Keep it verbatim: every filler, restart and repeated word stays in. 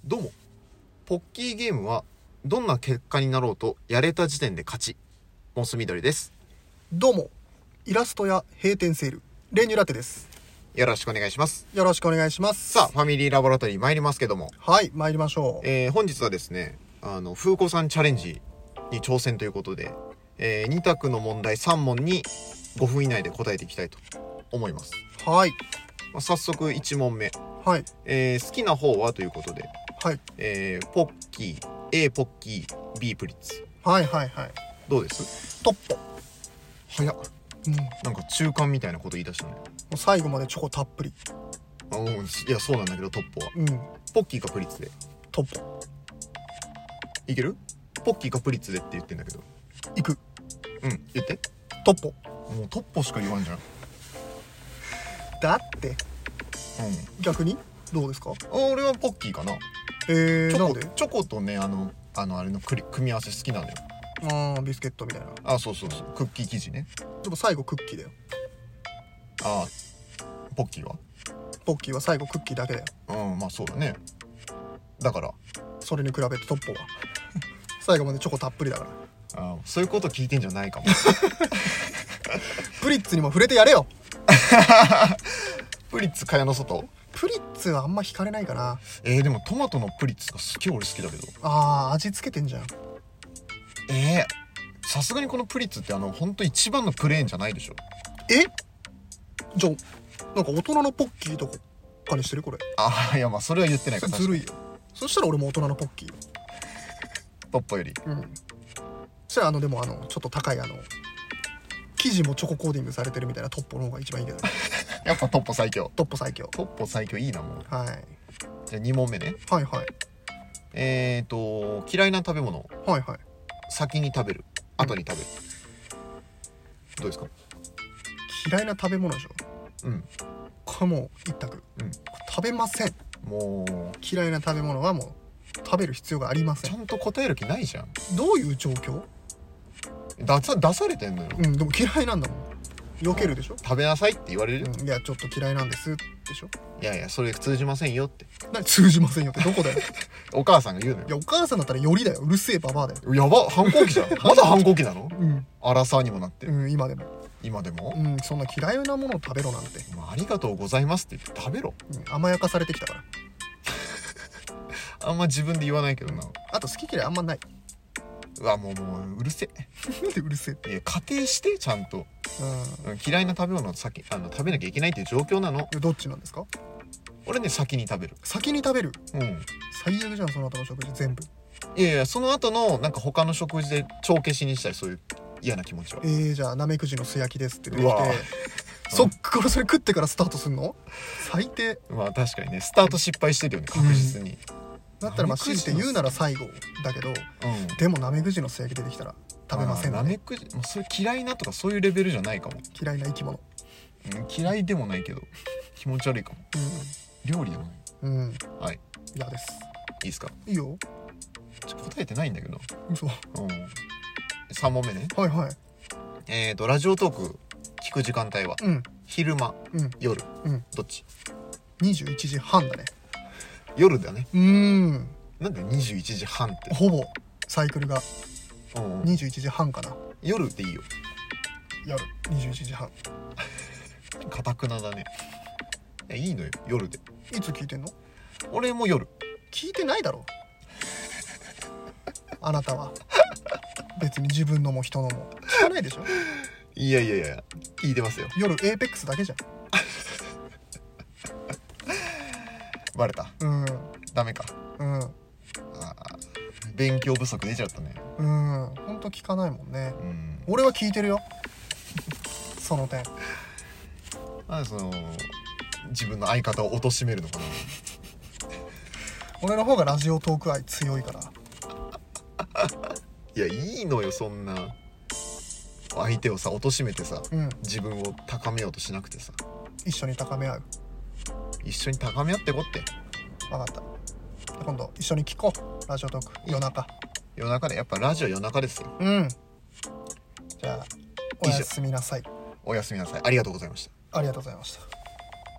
どうも、ポッキーゲームはどんな結果になろうとやれた時点で勝ち。モス緑です。 どうも、イラストや閉店セール練乳ラテです。 よろしくお願いします。 よろしくお願いします。 さあ、ファミリーラボラトリー参りますけども、 はい、参りましょう。 えー、本日はですね、あの風子さんチャレンジに挑戦ということで、えー、に択の問題さん問にごふん以内で答えていきたいと思います。 はい、 まあ、早速いち問目、 はい、 えー、好きな方はということで、 はい、 えー、ポッキー A ポッキー B プリッツ、 はいはいはい。 どうです？ トッポ。 早っ。 うん、もなんか中間みたいなこと言い出したね。 う最後までチョコたっぷり。 あ、うん、いやそうなんだけど、トッポはうん、 ポッキーかプリッツでトッポ。 いける？ポッキーかプリッツでって言ってんだけど。 いく。 うん言って。 トッポ。 もうトッポしか言わんじゃん。 だってうん逆にどうですか？ あ、俺はポッキーかな。 えー、 チョコなんで？ チョコとね、あのあのあれの組み合わせ好きなのよ。 あー、ビスケットみたいな。 あ、そうそうそう、クッキー生地ね。 でも最後クッキーだよ。 あ、ポッキーはポッキーは最後クッキーだけだよ。 うん、まあそうだね。だからそれに比べてトッポは最後までチョコたっぷりだから。 あ、そういうこと聞いてんじゃないかもプリッツにも触れてやれよプリッツ蚊帳の外。 プリッツはあんま惹かれないかな。 えー、でもトマトのプリッツがすげえ俺好きだけど。 あー、味付けてんじゃん。 えー、さすがにこのプリッツってあのほんと一番のプレーンじゃないでしょ。 えじゃあなんか大人のポッキーとかにしてるこれ。 あ、いやまあそれは言ってないからずるいよ。そしたら俺も大人のポッキーよ。 トッポより。 うん。そしたらあのでもあのちょっと高いあの生地もチョココーティングされてるみたいなトッポの方が一番いいけど、ね、 やっぱトッポ最強。 トッポ最強。 トッポ最強いいな。もうはいじゃあに問目ね。 はいはいえーと嫌いな食べ物、 はいはい。 先に食べる後に食べる、うん、どうですか？ 嫌いな食べ物でしょ。 うんこれもう一択、 うん、 食べません。 もう嫌いな食べ物はもう食べる必要がありません。 ちゃんと答える気ないじゃん。 どういう状況？ 出さ出されてんのよ。 うん、でも嫌いなんだもん。避けるでしょ。 食べなさいって言われる、 うん、いやちょっと嫌いなんですでしょ。 いやいやそれ通じませんよって。 何通じませんよってどこだよお母さんが言うのよ。 いやお母さんだったらよりだよ。うるせえババアだよ。 やば、反抗期じゃんまだ反抗期なの？ うんアラサーにもなって、 うん、今でも。 今でも、 うん、そんな嫌いなものを食べろなんて、 まあ、ありがとうございますって言って食べろ。 うん、甘やかされてきたから。 あんま自分で言わないけどな。 あと好き嫌いあんまない。 うわもうもううるせなんでうるせえって。 え。いや仮定してちゃんと、 ううん、嫌いな食べ物を先あの食べなきゃいけないっていう状況なの。 ん、どっちなんですか？ 俺ね先に食べる。 先に食べる。 うん最悪じゃんその後の食事全部。 いやいやその後のなんか他の食事で帳消しにしたい、そういう嫌な気持ちは。 えー、じゃあなめくじの素焼きですって出てきうわてそっからそれ食ってからスタートすんの？最低。 まあ確かにねスタート失敗してるよね確実に、 だったらまあ強いて言うなら最後だけど、 うんでもなめくじの素焼き出てきたら食べませんなめね。 くじ、まあ、それ嫌いなとかそういうレベルじゃないかも、 嫌いな生き物。 うん、嫌いでもないけど気持ち悪いかも。料理でもない。 うんうん。 はい嫌です。 いいですか？ いいよ。 ちょ答えてないんだけど。 嘘。はうんさん問目ね。 いはい。 えーとラジオトーク聞く時間帯は、 うん、 昼間、 うん、 夜、 うん。 どっち？ にじゅういちじはんだね。 夜だね。 うーん。 なんでにじゅういちじはんって。 ほぼサイクルがうんうん、 にじゅういちじはんかな。 夜でいいよ。 夜にじゅういちじはん。 かたくなだね。いやいいのよ夜で。 いつ聞いてんの？ 俺も夜。 聞いてないだろあなたは。別に自分のも人のも聞かないでしょ。 いやいやいや聞いてますよ。 夜エーペックスだけじゃん。 バレた。 うんダメか。 うんあ勉強不足出ちゃったね。 うん。ほんと聞かないもんね。 うん。 俺は聞いてるよその点。 なんでその自分の相方を貶めるのかな。 俺の方がラジオトーク愛強いから。 いやいいのよそんな相手をさ貶めてさ、 うん、 自分を高めようとしなくてさ、 一緒に高め合う。 一緒に高め合ってこって。 分かった。今度一緒に聞こうラジオトーク夜中。 夜中でやっぱラジオ夜中ですよ。 うん。じゃあおやすみなさい。 おやすみなさい。ありがとうございました。 ありがとうございました。